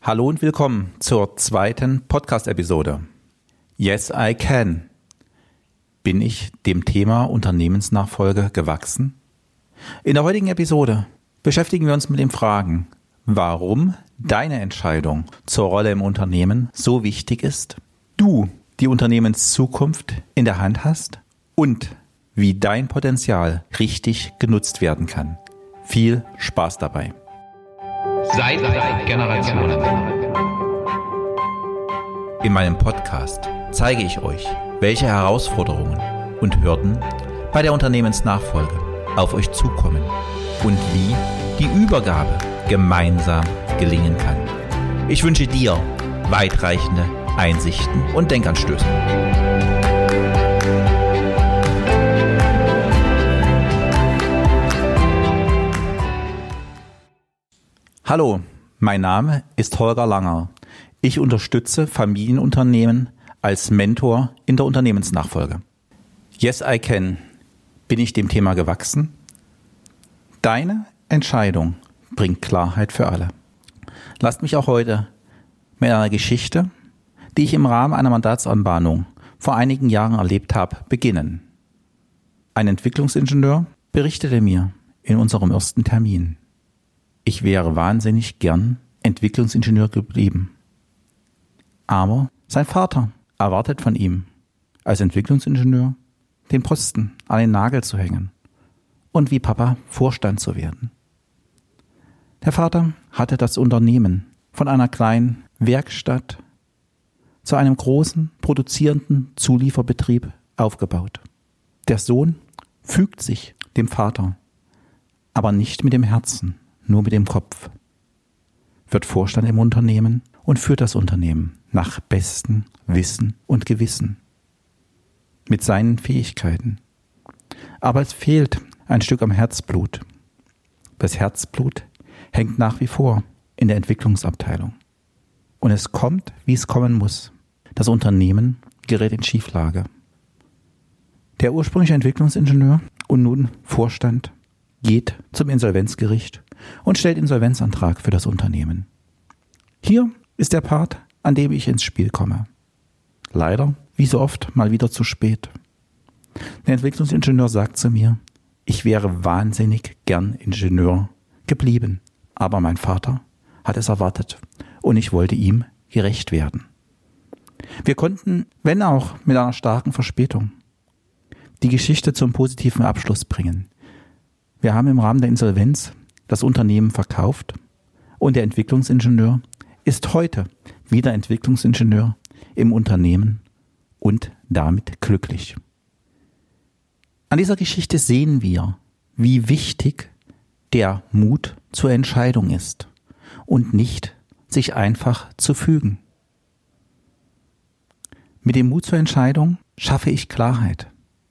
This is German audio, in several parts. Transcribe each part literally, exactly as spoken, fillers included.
Hallo und willkommen zur zweiten Podcast-Episode. Yes, I can. Bin ich dem Thema Unternehmensnachfolge gewachsen? In der heutigen Episode beschäftigen wir uns mit den Fragen, warum deine Entscheidung zur Rolle im Unternehmen so wichtig ist, du die Unternehmenszukunft in der Hand hast und wie dein Potenzial richtig genutzt werden kann. Viel Spaß dabei. Seit Generationen. In meinem Podcast zeige ich euch, welche Herausforderungen und Hürden bei der Unternehmensnachfolge auf euch zukommen und wie die Übergabe gemeinsam gelingen kann. Ich wünsche dir weitreichende Einsichten und Denkanstöße. Hallo, mein Name ist Holger Langer. Ich unterstütze Familienunternehmen als Mentor in der Unternehmensnachfolge. Yes, I can. Bin ich dem Thema gewachsen? Deine Entscheidung bringt Klarheit für alle. Lasst mich auch heute mit einer Geschichte, die ich im Rahmen einer Mandatsanbahnung vor einigen Jahren erlebt habe, beginnen. Ein Entwicklungsingenieur berichtete mir in unserem ersten Termin: Ich wäre wahnsinnig gern Entwicklungsingenieur geblieben. Aber sein Vater erwartet von ihm, als Entwicklungsingenieur den Posten an den Nagel zu hängen und wie Papa Vorstand zu werden. Der Vater hatte das Unternehmen von einer kleinen Werkstatt zu einem großen, produzierenden Zulieferbetrieb aufgebaut. Der Sohn fügt sich dem Vater, aber nicht mit dem Herzen, nur mit dem Kopf, wird Vorstand im Unternehmen und führt das Unternehmen nach bestem Wissen und Gewissen, mit seinen Fähigkeiten. Aber es fehlt ein Stück am Herzblut. Das Herzblut hängt nach wie vor in der Entwicklungsabteilung. Und es kommt, wie es kommen muss. Das Unternehmen gerät in Schieflage. Der ursprüngliche Entwicklungsingenieur und nun Vorstand geht zum Insolvenzgericht und stellt Insolvenzantrag für das Unternehmen. Hier ist der Part, an dem ich ins Spiel komme. Leider, wie so oft, mal wieder zu spät. Der Entwicklungsingenieur sagt zu mir, ich wäre wahnsinnig gern Ingenieur geblieben, aber mein Vater hat es erwartet und ich wollte ihm gerecht werden. Wir konnten, wenn auch mit einer starken Verspätung, die Geschichte zum positiven Abschluss bringen. Wir haben im Rahmen der Insolvenz das Unternehmen verkauft und der Entwicklungsingenieur ist heute wieder Entwicklungsingenieur im Unternehmen und damit glücklich. An dieser Geschichte sehen wir, wie wichtig der Mut zur Entscheidung ist und nicht sich einfach zu fügen. Mit dem Mut zur Entscheidung schaffe ich Klarheit.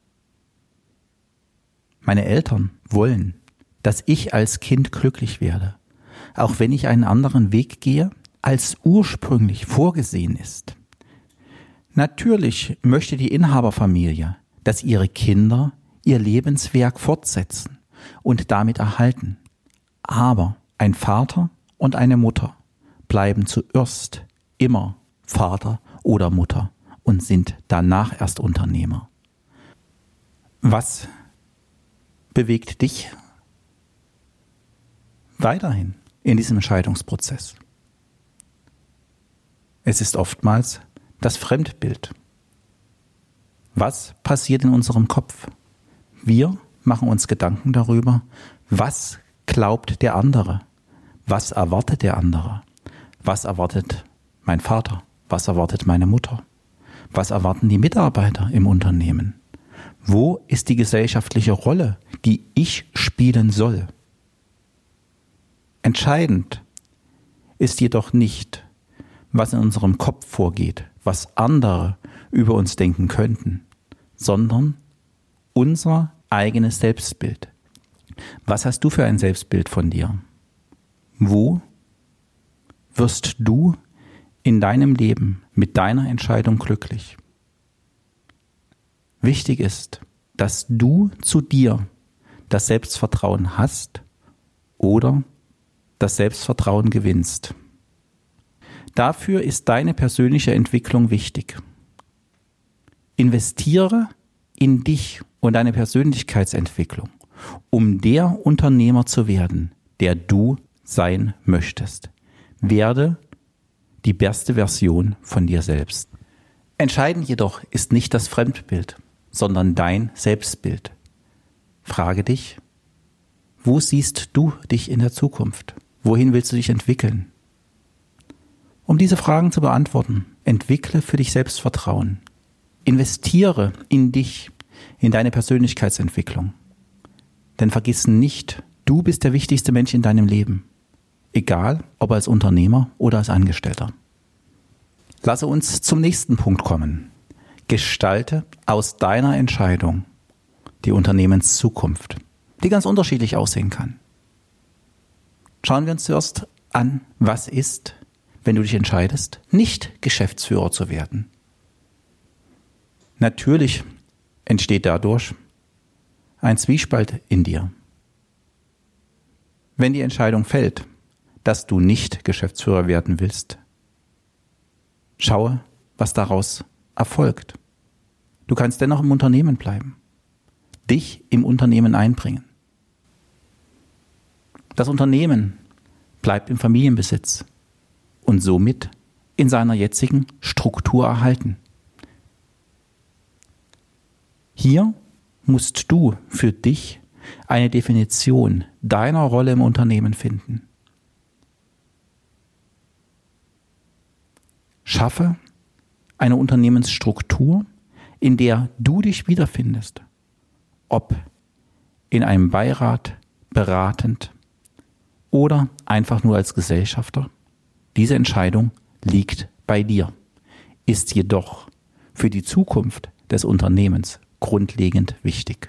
Meine Eltern wollen, dass ich als Kind glücklich werde, auch wenn ich einen anderen Weg gehe, als ursprünglich vorgesehen ist. Natürlich möchte die Inhaberfamilie, dass ihre Kinder ihr Lebenswerk fortsetzen und damit erhalten. Aber ein Vater und eine Mutter bleiben zuerst immer Vater oder Mutter und sind danach erst Unternehmer. Was bewegt dich weiterhin in diesem Entscheidungsprozess? Es ist oftmals das Fremdbild. Was passiert in unserem Kopf? Wir machen uns Gedanken darüber, was glaubt der andere? Was erwartet der andere? Was erwartet mein Vater? Was erwartet meine Mutter? Was erwarten die Mitarbeiter im Unternehmen? Wo ist die gesellschaftliche Rolle, die ich spielen soll? Entscheidend ist jedoch nicht, was in unserem Kopf vorgeht, was andere über uns denken könnten, sondern unser eigenes Selbstbild. Was hast du für ein Selbstbild von dir? Wo wirst du in deinem Leben mit deiner Entscheidung glücklich? Wichtig ist, dass du zu dir das Selbstvertrauen hast oder das Selbstvertrauen gewinnst. Dafür ist deine persönliche Entwicklung wichtig. Investiere in dich und deine Persönlichkeitsentwicklung, um der Unternehmer zu werden, der du sein möchtest. Werde die beste Version von dir selbst. Entscheidend jedoch ist nicht das Fremdbild, sondern dein Selbstbild. Frage dich, wo siehst du dich in der Zukunft? Wohin willst du dich entwickeln? Um diese Fragen zu beantworten, entwickle für dich Selbstvertrauen. Investiere in dich, in deine Persönlichkeitsentwicklung. Denn vergiss nicht, du bist der wichtigste Mensch in deinem Leben. Egal, ob als Unternehmer oder als Angestellter. Lasse uns zum nächsten Punkt kommen. Gestalte aus deiner Entscheidung die Unternehmenszukunft, die ganz unterschiedlich aussehen kann. Schauen wir uns zuerst an, was ist, wenn du dich entscheidest, nicht Geschäftsführer zu werden. Natürlich entsteht dadurch ein Zwiespalt in dir. Wenn die Entscheidung fällt, dass du nicht Geschäftsführer werden willst, schaue, was daraus erfolgt. Du kannst dennoch im Unternehmen bleiben, dich im Unternehmen einbringen. Das Unternehmen bleibt im Familienbesitz und somit in seiner jetzigen Struktur erhalten. Hier musst du für dich eine Definition deiner Rolle im Unternehmen finden. Schaffe eine Unternehmensstruktur, in der du dich wiederfindest, ob in einem Beirat, beratend oder einfach nur als Gesellschafter. Diese Entscheidung liegt bei dir, ist jedoch für die Zukunft des Unternehmens grundlegend wichtig.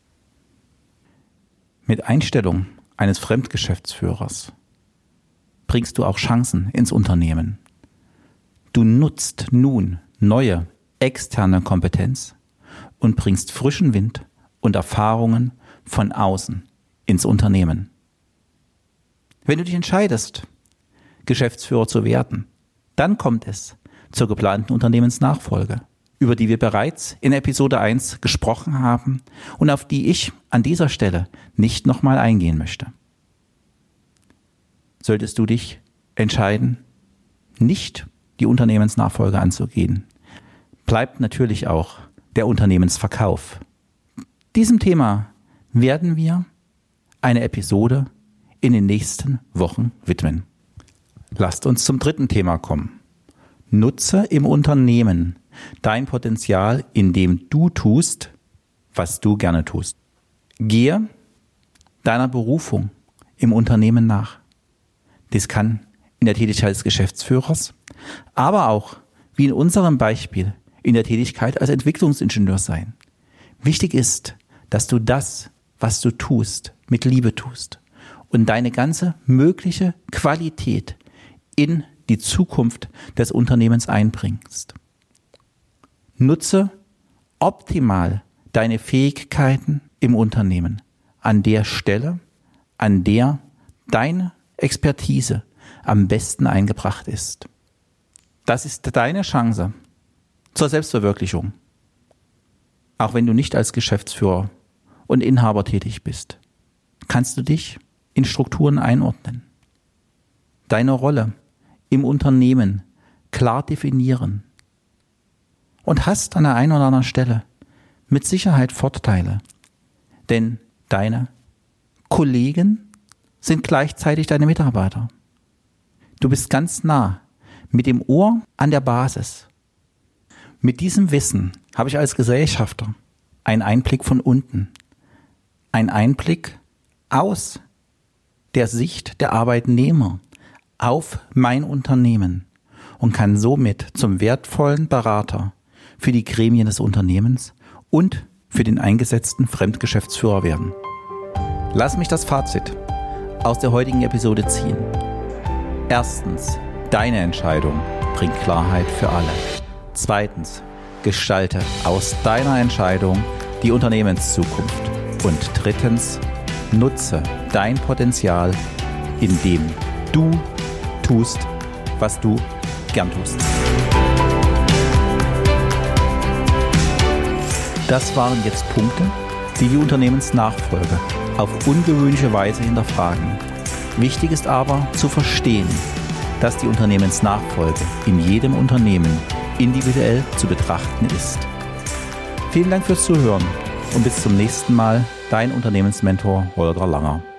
Mit Einstellung eines Fremdgeschäftsführers bringst du auch Chancen ins Unternehmen. Du nutzt nun neue externe Kompetenz und bringst frischen Wind und Erfahrungen von außen ins Unternehmen. Wenn du dich entscheidest, Geschäftsführer zu werden, dann kommt es zur geplanten Unternehmensnachfolge, über die wir bereits in Episode eins gesprochen haben und auf die ich an dieser Stelle nicht nochmal eingehen möchte. Solltest du dich entscheiden, nicht die Unternehmensnachfolge anzugehen, bleibt natürlich auch der Unternehmensverkauf. Diesem Thema werden wir eine Episode in den nächsten Wochen widmen. Lasst uns zum dritten Thema kommen. Nutze im Unternehmen dein Potenzial, indem du tust, was du gerne tust. Gehe deiner Berufung im Unternehmen nach. Dies kann in der Tätigkeit des Geschäftsführers, aber auch, wie in unserem Beispiel, in der Tätigkeit als Entwicklungsingenieur sein. Wichtig ist, dass du das, was du tust, mit Liebe tust und deine ganze mögliche Qualität in die Zukunft des Unternehmens einbringst. Nutze optimal deine Fähigkeiten im Unternehmen an der Stelle, an der deine Expertise am besten eingebracht ist. Das ist deine Chance zur Selbstverwirklichung. Auch wenn du nicht als Geschäftsführer und Inhaber tätig bist, kannst du dich in Strukturen einordnen. Deine Rolle im Unternehmen klar definieren und hast an der einen oder anderen Stelle mit Sicherheit Vorteile, denn deine Kollegen sind gleichzeitig deine Mitarbeiter. Du bist ganz nah mit dem Ohr an der Basis. Mit diesem Wissen habe ich als Gesellschafter einen Einblick von unten, einen Einblick aus der Sicht der Arbeitnehmer auf mein Unternehmen und kann somit zum wertvollen Berater für die Gremien des Unternehmens und für den eingesetzten Fremdgeschäftsführer werden. Lass mich das Fazit aus der heutigen Episode ziehen. Erstens, deine Entscheidung bringt Klarheit für alle. Zweitens, gestalte aus deiner Entscheidung die Unternehmenszukunft. Und drittens, nutze dein Potenzial, indem du tust, was du gern tust. Das waren jetzt Punkte, die die Unternehmensnachfolge auf ungewöhnliche Weise hinterfragen. Wichtig ist aber zu verstehen, dass die Unternehmensnachfolge in jedem Unternehmen individuell zu betrachten ist. Vielen Dank fürs Zuhören und bis zum nächsten Mal, dein Unternehmensmentor Holger Langer.